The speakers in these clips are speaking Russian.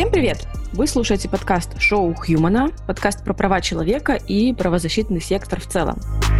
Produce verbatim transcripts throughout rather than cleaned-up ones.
Всем привет! Вы слушаете подкаст «Шоу Хьюмана», подкаст про права человека и правозащитный сектор в целом.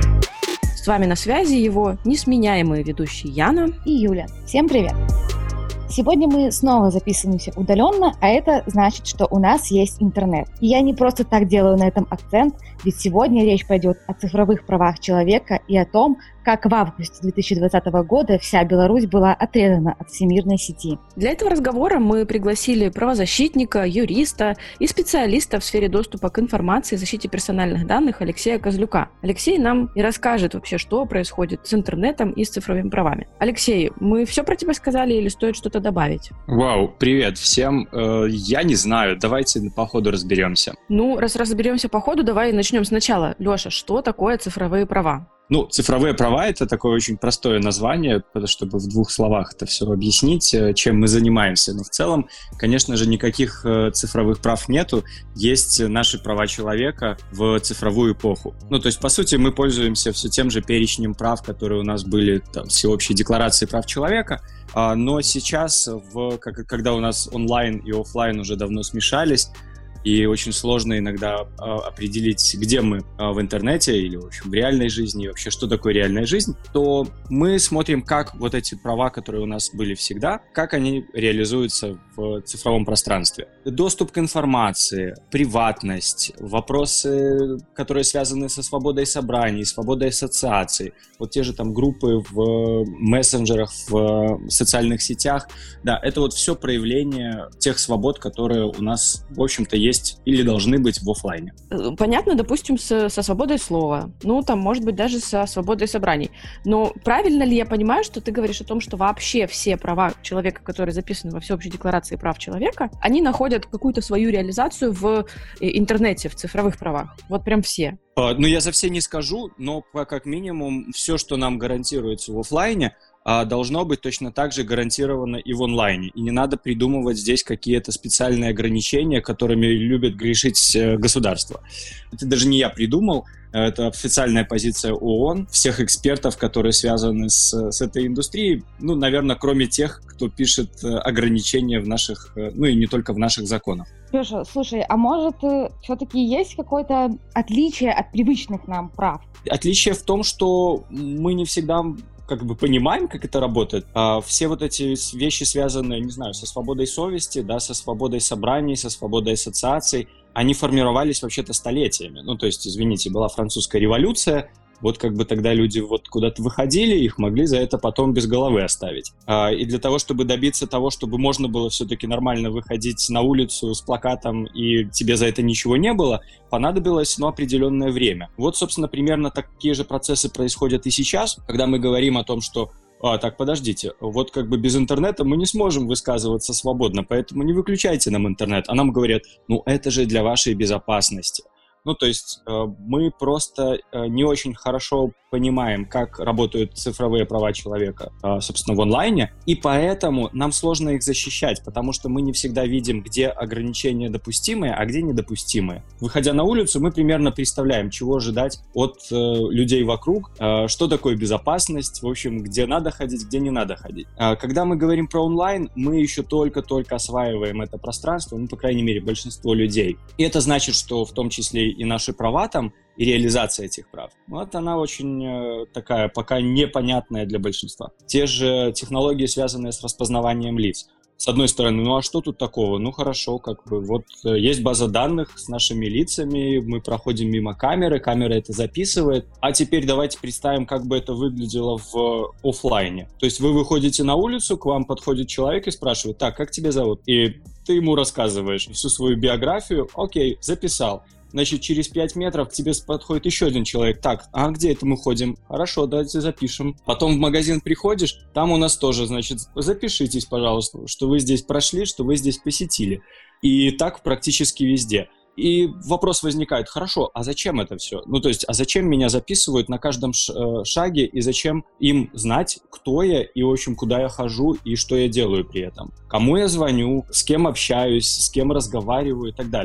С вами на связи его несменяемые ведущие Яна и Юля. Всем привет! Сегодня мы снова записываемся удаленно, а это значит, что у нас есть интернет. И я не просто так делаю на этом акцент, ведь сегодня речь пойдет о цифровых правах человека и о том, как в августе две тысячи двадцатого года вся Беларусь была отрезана от всемирной сети. Для этого разговора мы пригласили правозащитника, юриста и специалиста в сфере доступа к информации и защите персональных данных Алексея Козлюка. Алексей нам и расскажет вообще, что происходит с интернетом и с цифровыми правами. Алексей, мы все про тебя сказали или стоит что-то добавить? Вау, привет всем. Э, я не знаю, давайте по ходу разберемся. Ну, раз разберемся по ходу, давай начнем сначала. Леша, что такое цифровые права? Ну, цифровые права — это такое очень простое название, чтобы в двух словах это все объяснить, чем мы занимаемся. Но в целом, конечно же, никаких цифровых прав нету. Есть наши права человека в цифровую эпоху. Ну, то есть, по сути, мы пользуемся все тем же перечнем прав, которые у нас были там, в Всеобщей декларации прав человека. Но сейчас, в, когда у нас онлайн и офлайн уже давно смешались, и очень сложно иногда э, определить, где мы э, в интернете или, в общем, в реальной жизни, и вообще, что такое реальная жизнь, то мы смотрим, как вот эти права, которые у нас были всегда, как они реализуются в цифровом пространстве. Доступ к информации, приватность, вопросы, которые связаны со свободой собраний, свободой ассоциаций, вот те же там группы в мессенджерах, в социальных сетях, да, это вот все проявление тех свобод, которые у нас, в общем-то, есть или должны быть в офлайне. Понятно, допустим, со, со свободой слова, ну, там, может быть, даже со свободой собраний. Но правильно ли я понимаю, что ты говоришь о том, что вообще все права человека, которые записаны во Всеобщей декларации прав человека, они находят какую-то свою реализацию в интернете, в цифровых правах? Вот прям все. Ну, я за все не скажу, но как минимум все, что нам гарантируется в офлайне, должно быть точно так же гарантировано и в онлайне. И не надо придумывать здесь какие-то специальные ограничения, которыми любят грешить государство. Это даже не я придумал, это официальная позиция ООН, всех экспертов, которые связаны с, с этой индустрией, ну, наверное, кроме тех, кто пишет ограничения в наших, ну и не только в наших законах. Леша, слушай, а может все-таки есть какое-то отличие от привычных нам прав? Отличие в том, что мы не всегда как бы понимаем, как это работает. А все вот эти вещи, связанные, не знаю, со свободой совести, да, со свободой собраний, со свободой ассоциаций, они формировались вообще-то столетиями. Ну, то есть, извините, была французская революция, вот как бы тогда люди вот куда-то выходили, их могли за это потом без головы оставить. А, и для того, чтобы добиться того, чтобы можно было все-таки нормально выходить на улицу с плакатом, и тебе за это ничего не было, понадобилось, ну, определенное время. Вот, собственно, примерно такие же процессы происходят и сейчас, когда мы говорим о том, что А, так, подождите, вот как бы без интернета мы не сможем высказываться свободно, поэтому не выключайте нам интернет. А нам говорят, ну, это же для вашей безопасности. Ну, то есть э, мы просто э, не очень хорошо понимаем, как работают цифровые права человека, э, собственно, в онлайне, и поэтому нам сложно их защищать, потому что мы не всегда видим, где ограничения допустимые, а где недопустимые. Выходя на улицу, мы примерно представляем, чего ожидать от э, людей вокруг, э, что такое безопасность, в общем, где надо ходить, где не надо ходить. Э, когда мы говорим про онлайн, мы еще только-только осваиваем это пространство, ну, по крайней мере, большинство людей. И это значит, что в том числе и наши права там, и реализация этих прав. Вот она очень э, такая пока непонятная для большинства. Те же технологии, связанные с распознаванием лиц. С одной стороны, ну а что тут такого? Ну хорошо, как бы вот э, есть база данных с нашими лицами, мы проходим мимо камеры, камера это записывает. А теперь давайте представим, как бы это выглядело в офлайне. То есть вы выходите на улицу, к вам подходит человек и спрашивает, так, как тебя зовут? И ты ему рассказываешь всю свою биографию, окей, записал. Значит, через пять метров к тебе подходит еще один человек. Так, а где это мы ходим? Хорошо, давайте запишем. Потом в магазин приходишь, там у нас тоже, значит, запишитесь, пожалуйста, что вы здесь прошли, что вы здесь посетили. И так практически везде. И вопрос возникает, хорошо, а зачем это все? Ну, то есть, а зачем меня записывают на каждом шаге, и зачем им знать, кто я, и, в общем, куда я хожу, и что я делаю при этом? Кому я звоню, с кем общаюсь, с кем разговариваю и так далее.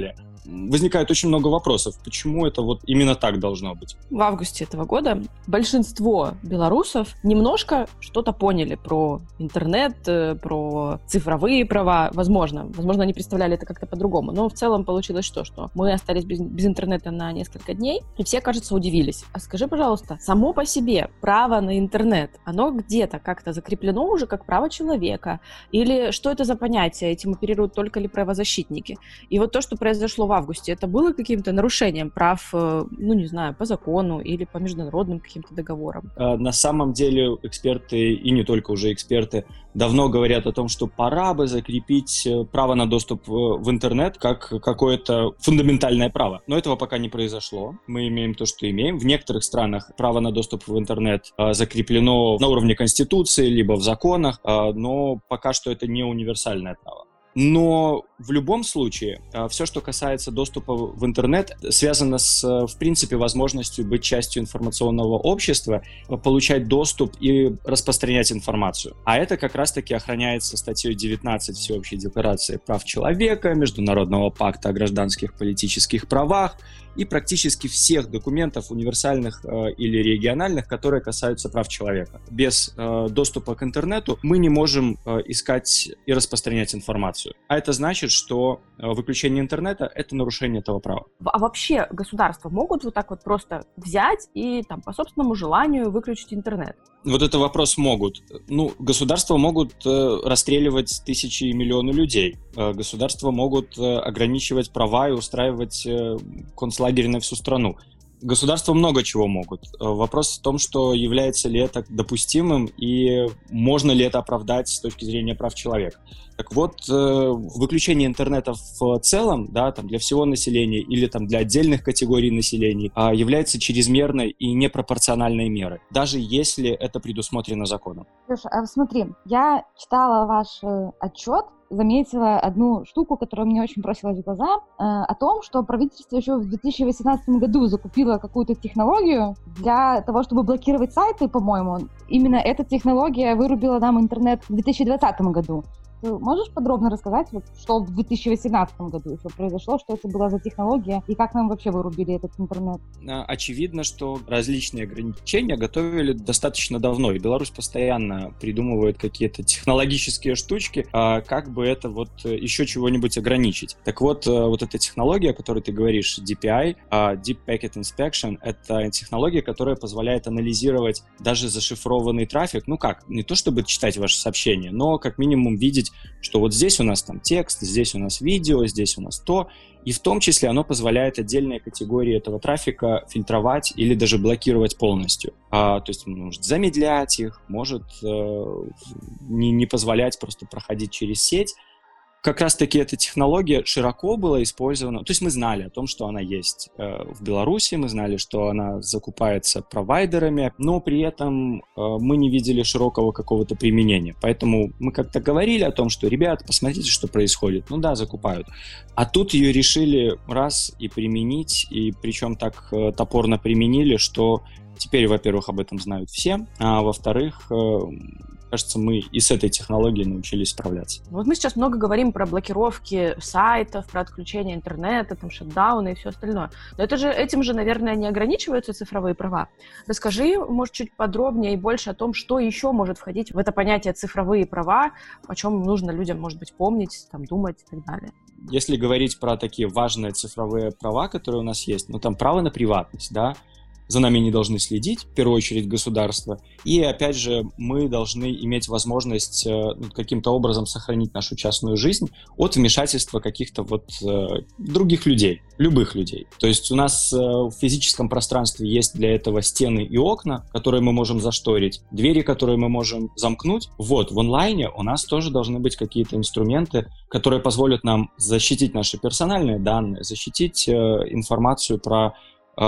возникает очень много вопросов, почему это вот именно так должно быть. В августе этого года большинство белорусов немножко что-то поняли про интернет, про цифровые права. Возможно, возможно, они представляли это как-то по-другому, но в целом получилось что, что мы остались без, без интернета на несколько дней, и все, кажется, удивились. А скажи, пожалуйста, само по себе право на интернет, оно где-то как-то закреплено уже как право человека? Или что это за понятие? Этим оперируют только ли правозащитники? И вот то, что произошло в августе, это было каким-то нарушением прав, ну, не знаю, по закону или по международным каким-то договорам? На самом деле эксперты, и не только уже эксперты, давно говорят о том, что пора бы закрепить право на доступ в интернет как какое-то фундаментальное право. Но этого пока не произошло. Мы имеем то, что имеем. В некоторых странах право на доступ в интернет закреплено на уровне Конституции, либо в законах, но пока что это не универсальное право. Но в любом случае, все, что касается доступа в интернет, связано с, в принципе, возможностью быть частью информационного общества, получать доступ и распространять информацию. А это как раз-таки охраняется статьей девятнадцать Всеобщей декларации прав человека, Международного пакта о гражданских политических правах и практически всех документов универсальных э, или региональных, которые касаются прав человека. Без э, доступа к интернету мы не можем э, искать и распространять информацию. А это значит, что э, выключение интернета — это нарушение этого права. А вообще государства могут вот так вот просто взять и там по собственному желанию выключить интернет? Вот это вопрос могут. Ну, государства могут э, расстреливать тысячи и миллионы людей. Э, государства могут э, ограничивать права и устраивать э, концлагерь на всю страну. Государства много чего могут. Вопрос в том, что является ли это допустимым и можно ли это оправдать с точки зрения прав человека. Так вот, выключение интернета в целом, да, там, для всего населения или там, для отдельных категорий населения является чрезмерной и непропорциональной мерой, даже если это предусмотрено законом. Слушай, а смотри, я читала ваш отчет, заметила одну штуку, которая мне очень бросилась в глаза, э, о том, что правительство еще в две тысячи восемнадцатом году закупило какую-то технологию для того, чтобы блокировать сайты, по-моему. Именно эта технология вырубила нам интернет в две тысячи двадцатом году. Ты можешь подробно рассказать, вот, что в две тысячи восемнадцатом году еще произошло, что это была за технология и как нам вообще вырубили этот интернет? Очевидно, что различные ограничения готовили достаточно давно, и Беларусь постоянно придумывает какие-то технологические штучки, как бы это вот еще чего-нибудь ограничить. Так вот, вот эта технология, о которой ты говоришь, ди пи ай, Deep Packet Inspection, это технология, которая позволяет анализировать даже зашифрованный трафик, ну как, не то чтобы читать ваши сообщения, но как минимум видеть, что вот здесь у нас там текст, здесь у нас видео, здесь у нас то, и в том числе оно позволяет отдельные категории этого трафика фильтровать или даже блокировать полностью. А, то есть может замедлять их, может э, не, не позволять просто проходить через сеть. Как раз-таки эта технология широко была использована. То есть мы знали о том, что она есть э, в Беларуси, мы знали, что она закупается провайдерами, но при этом э, мы не видели широкого какого-то применения. Поэтому мы как-то говорили о том, что, ребята, посмотрите, что происходит. Ну да, закупают. А тут ее решили раз и применить, и причем так э, топорно применили, что теперь, во-первых, об этом знают все, а во-вторых, э, кажется, мы и с этой технологией научились справляться. Вот мы сейчас много говорим про блокировки сайтов, про отключение интернета, там, шатдауны и все остальное. Но это же, этим же, наверное, не ограничиваются цифровые права. Расскажи, может, чуть подробнее и больше о том, что еще может входить в это понятие цифровые права, о чем нужно людям, может быть, помнить, там, думать и так далее. Если говорить про такие важные цифровые права, которые у нас есть, ну, там, право на приватность, да, за нами не должны следить, в первую очередь государство. И, опять же, мы должны иметь возможность э, каким-то образом сохранить нашу частную жизнь от вмешательства каких-то вот э, других людей, любых людей. То есть у нас э, в физическом пространстве есть для этого стены и окна, которые мы можем зашторить, двери, которые мы можем замкнуть. Вот, в онлайне у нас тоже должны быть какие-то инструменты, которые позволят нам защитить наши персональные данные, защитить э, информацию про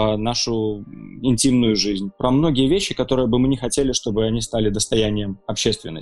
нашу интимную жизнь, про многие вещи, которые бы мы не хотели, чтобы они стали достоянием общественности.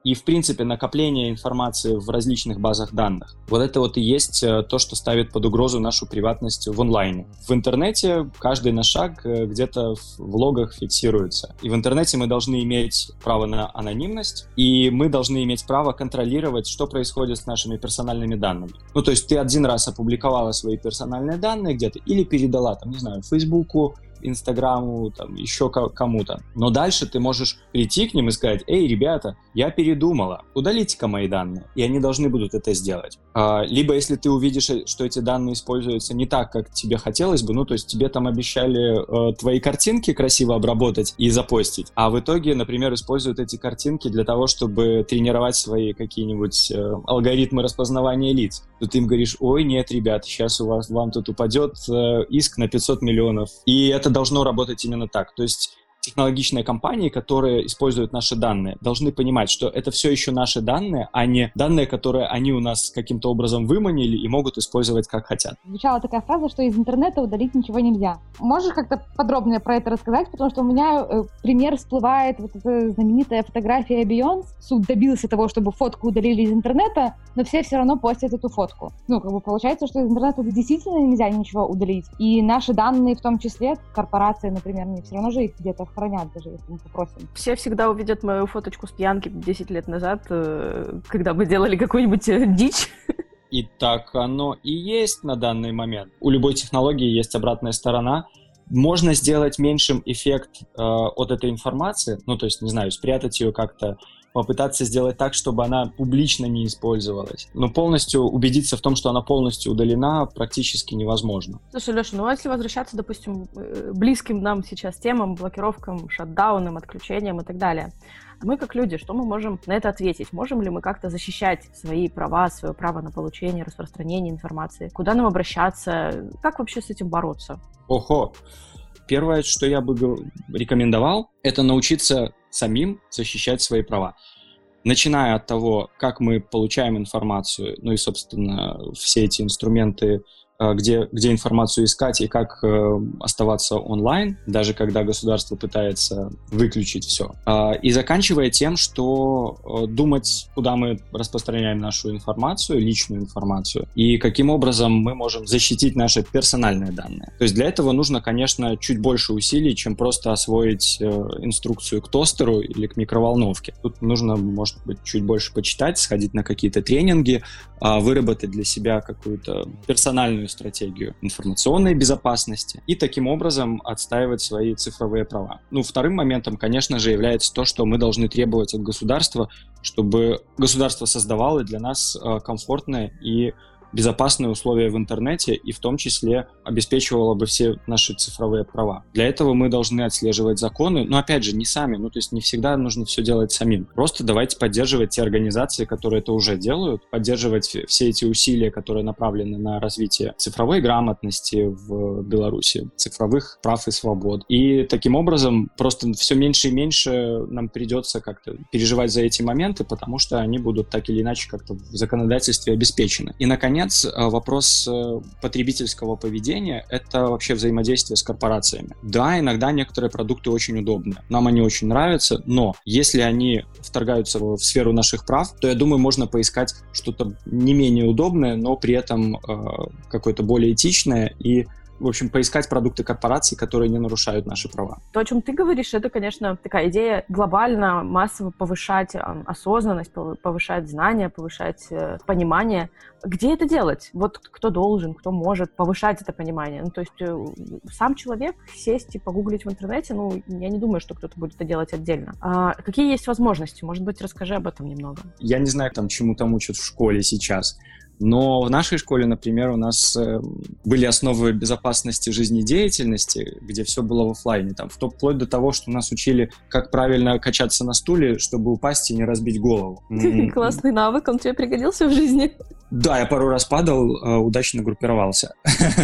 и, в принципе, накопление информации в различных базах данных. Вот это вот и есть то, что ставит под угрозу нашу приватность в онлайне. В интернете каждый наш шаг где-то в логах фиксируется. И в интернете мы должны иметь право на анонимность, и мы должны иметь право контролировать, что происходит с нашими персональными данными. Ну, то есть ты один раз опубликовала свои персональные данные где-то или передала, там, не знаю, Фейсбуку, Инстаграму, там, еще кому-то. Но дальше ты можешь прийти к ним и сказать: «Эй, ребята, я передумала, удалите-ка мои данные». И они должны будут это сделать. Либо если ты увидишь, что эти данные используются не так, как тебе хотелось бы, ну, то есть тебе там обещали э, твои картинки красиво обработать и запостить, а в итоге, например, используют эти картинки для того, чтобы тренировать свои какие-нибудь э, алгоритмы распознавания лиц, то ты им говоришь: «Ой, нет, ребят, сейчас у вас, вам тут упадет э, иск на пятьсот миллионов». И это должно работать именно так. То есть технологичные компании, которые используют наши данные, должны понимать, что это все еще наши данные, а не данные, которые они у нас каким-то образом выманили и могут использовать как хотят. Звучала такая фраза, что из интернета удалить ничего нельзя. Можешь как-то подробнее про это рассказать? Потому что у меня э, пример всплывает, вот эта знаменитая фотография Beyoncé. Суд добился того, чтобы фотку удалили из интернета, но все все равно постят эту фотку. Ну, как бы получается, что из интернета действительно нельзя ничего удалить. И наши данные, в том числе, корпорации, например, они все равно же их где-то хранят, даже если мы попросим. Все всегда увидят мою фоточку с пьянки десять лет назад, когда мы делали какую-нибудь дичь. И так оно и есть на данный момент. У любой технологии есть обратная сторона. Можно сделать меньшим эффект э, от этой информации, ну, то есть, не знаю, спрятать ее как-то, попытаться сделать так, чтобы она публично не использовалась. Но полностью убедиться в том, что она полностью удалена, практически невозможно. Слушай, Леша, ну а если возвращаться, допустим, близким нам сейчас темам, блокировкам, шатдаунам, отключениям и так далее, мы как люди, что мы можем на это ответить? Можем ли мы как-то защищать свои права, свое право на получение, распространение информации? Куда нам обращаться? Как вообще с этим бороться? Ого! Первое, что я бы рекомендовал, это научиться самим защищать свои права. Начиная от того, как мы получаем информацию, ну и, собственно, все эти инструменты, где, где информацию искать и как э, оставаться онлайн, даже когда государство пытается выключить все. Э, и заканчивая тем, что э, думать, куда мы распространяем нашу информацию, личную информацию, и каким образом мы можем защитить наши персональные данные. То есть для этого нужно, конечно, чуть больше усилий, чем просто освоить э, инструкцию к тостеру или к микроволновке. Тут нужно, может быть, чуть больше почитать, сходить на какие-то тренинги, э, выработать для себя какую-то персональную стратегию информационной безопасности и таким образом отстаивать свои цифровые права. Ну, вторым моментом, конечно же, является то, что мы должны требовать от государства, чтобы государство создавало для нас э, комфортные и безопасные условия в интернете и в том числе обеспечивало бы все наши цифровые права. Для этого мы должны отслеживать законы, но опять же не сами, ну то есть не всегда нужно все делать самим. Просто давайте поддерживать те организации, которые это уже делают, поддерживать все эти усилия, которые направлены на развитие цифровой грамотности в Беларуси, цифровых прав и свобод. И таким образом просто все меньше и меньше нам придется как-то переживать за эти моменты, потому что они будут так или иначе как-то в законодательстве обеспечены. И, наконец, вопрос потребительского поведения — это вообще взаимодействие с корпорациями. Да, иногда некоторые продукты очень удобны, нам они очень нравятся, но если они вторгаются в сферу наших прав, то, я думаю, можно поискать что-то не менее удобное, но при этом э, какое-то более этичное и, в общем, поискать продукты корпораций, которые не нарушают наши права. То, о чем ты говоришь, это, конечно, такая идея глобально, массово повышать осознанность, повышать знания, повышать понимание. Где это делать? Вот кто должен, кто может повышать это понимание? Ну, то есть сам человек сесть и погуглить в интернете, ну, я не думаю, что кто-то будет это делать отдельно. А какие есть возможности? Может быть, расскажи об этом немного. Я не знаю, там, чему там учат в школе сейчас. Но в нашей школе, например, у нас э, были основы безопасности жизнедеятельности, где все было в офлайне, там, вплоть до того, что нас учили, как правильно качаться на стуле, чтобы упасть и не разбить голову. Классный навык, он тебе пригодился в жизни? Да, я пару раз падал, э, удачно группировался.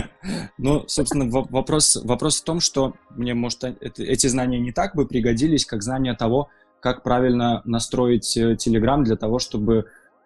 Но, собственно, вопрос, вопрос в том, что мне, может, эти знания не так бы пригодились, как знания того, как правильно настроить Telegram для того, чтобы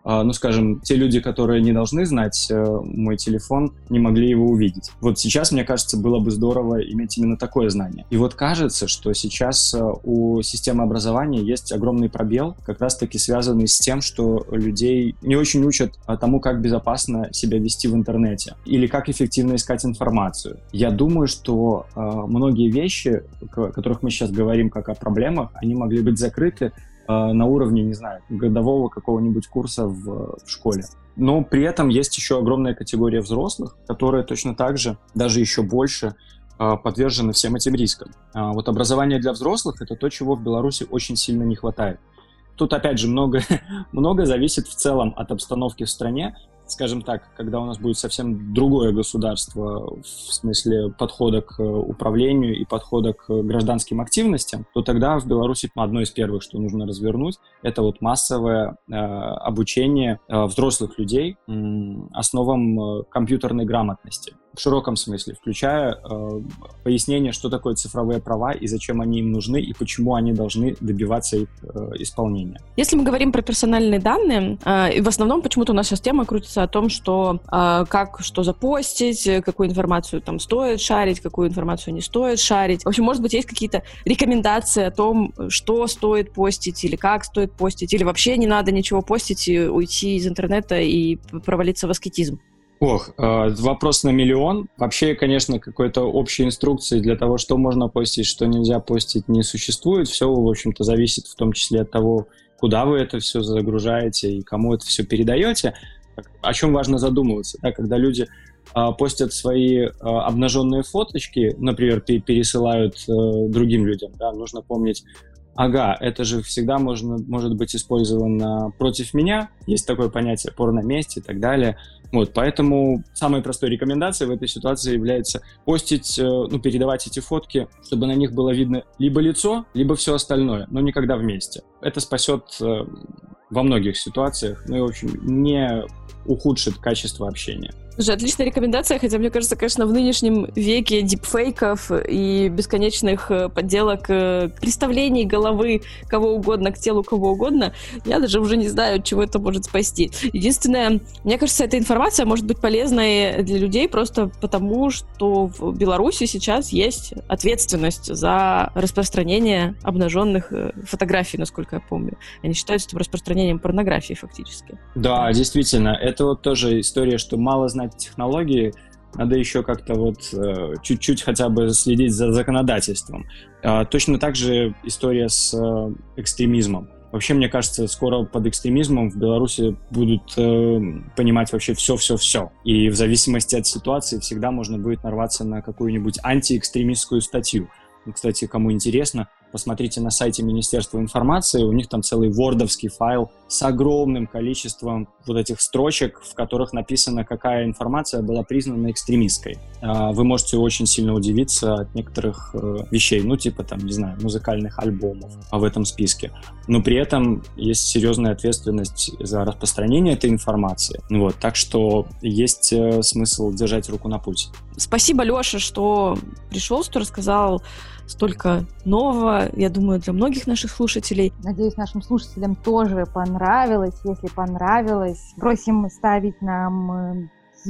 ну, скажем, те люди, которые не должны знать мой телефон, не могли его увидеть. Вот сейчас, мне кажется, было бы здорово иметь именно такое знание. И вот кажется, что сейчас у системы образования есть огромный пробел, как раз-таки связанный с тем, что людей не очень учат тому, как безопасно себя вести в интернете или как эффективно искать информацию. Я думаю, что многие вещи, о которых мы сейчас говорим как о проблемах, они могли быть закрыты на уровне, не знаю, годового какого-нибудь курса в, в школе. Но при этом есть еще огромная категория взрослых, которые точно так же, даже еще больше, подвержены всем этим рискам. Вот образование для взрослых — это то, чего в Беларуси очень сильно не хватает. Тут, опять же, много, много зависит в целом от обстановки в стране. Скажем так, когда у нас будет совсем другое государство в смысле подхода к управлению и подхода к гражданским активностям, то тогда в Беларуси одно из первых, что нужно развернуть, это вот массовое э, обучение э, взрослых людей э, основам э, компьютерной грамотности. В широком смысле, включая э, пояснение, что такое цифровые права и зачем они им нужны, и почему они должны добиваться их э, исполнения. Если мы говорим про персональные данные, э, и в основном почему-то у нас сейчас тема крутится о том, что э, как что запостить, какую информацию там стоит шарить, какую информацию не стоит шарить. В общем, может быть, есть какие-то рекомендации о том, что стоит постить или как стоит постить, или вообще не надо ничего постить и уйти из интернета и провалиться в аскетизм. Ох, э, вопрос на миллион. Вообще, конечно, какой-то общей инструкции для того, что можно постить, что нельзя постить, не существует. Все, в общем-то, зависит в том числе от того, куда вы это все загружаете и кому это все передаете. О чем важно задумываться, да, когда люди э, постят свои э, обнаженные фоточки, например, пересылают э, другим людям, да, нужно помнить, ага, это же всегда можно, может быть использовано против меня, есть такое понятие порно-месть и так далее. Вот, поэтому самой простой рекомендацией в этой ситуации является постить, ну, передавать эти фотки, чтобы на них было видно либо лицо, либо все остальное, но никогда вместе. Это спасет э, во многих ситуациях, ну и, в общем, не ухудшит качество общения. Слушай, отличная рекомендация, хотя, мне кажется, конечно, в нынешнем веке дипфейков и бесконечных подделок, представлений головы кого угодно к телу кого угодно, я даже уже не знаю, чего это может спасти. Единственное, мне кажется, эта информация может быть полезной для людей просто потому, что в Беларуси сейчас есть ответственность за распространение обнаженных фотографий, насколько я помню. Они считаются этим распространением порнографии фактически. Да, действительно, это вот тоже история, что мало знать технологии, надо еще как-то вот э, чуть-чуть хотя бы следить за законодательством. Э, точно так же история с э, экстремизмом. Вообще, мне кажется, скоро под экстремизмом в Беларуси будут э, понимать вообще все-все-все. И в зависимости от ситуации всегда можно будет нарваться на какую-нибудь антиэкстремистскую статью. Кстати, кому интересно, посмотрите на сайте Министерства информации, у них там целый вордовский файл с огромным количеством вот этих строчек, в которых написано, какая информация была признана экстремистской. Вы можете очень сильно удивиться от некоторых вещей, ну типа там, не знаю, музыкальных альбомов в этом списке. Но при этом есть серьезная ответственность за распространение этой информации. Вот, так что есть смысл держать руку на пульсе. Спасибо, Леша, что пришел, что рассказал столько нового, я думаю, для многих наших слушателей. Надеюсь, нашим слушателям тоже понравилось. Если понравилось, просим ставить нам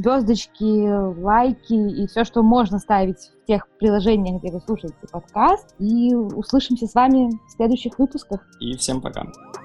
звездочки, лайки и все, что можно ставить в тех приложениях, где вы слушаете подкаст. И услышимся с вами в следующих выпусках. И всем пока.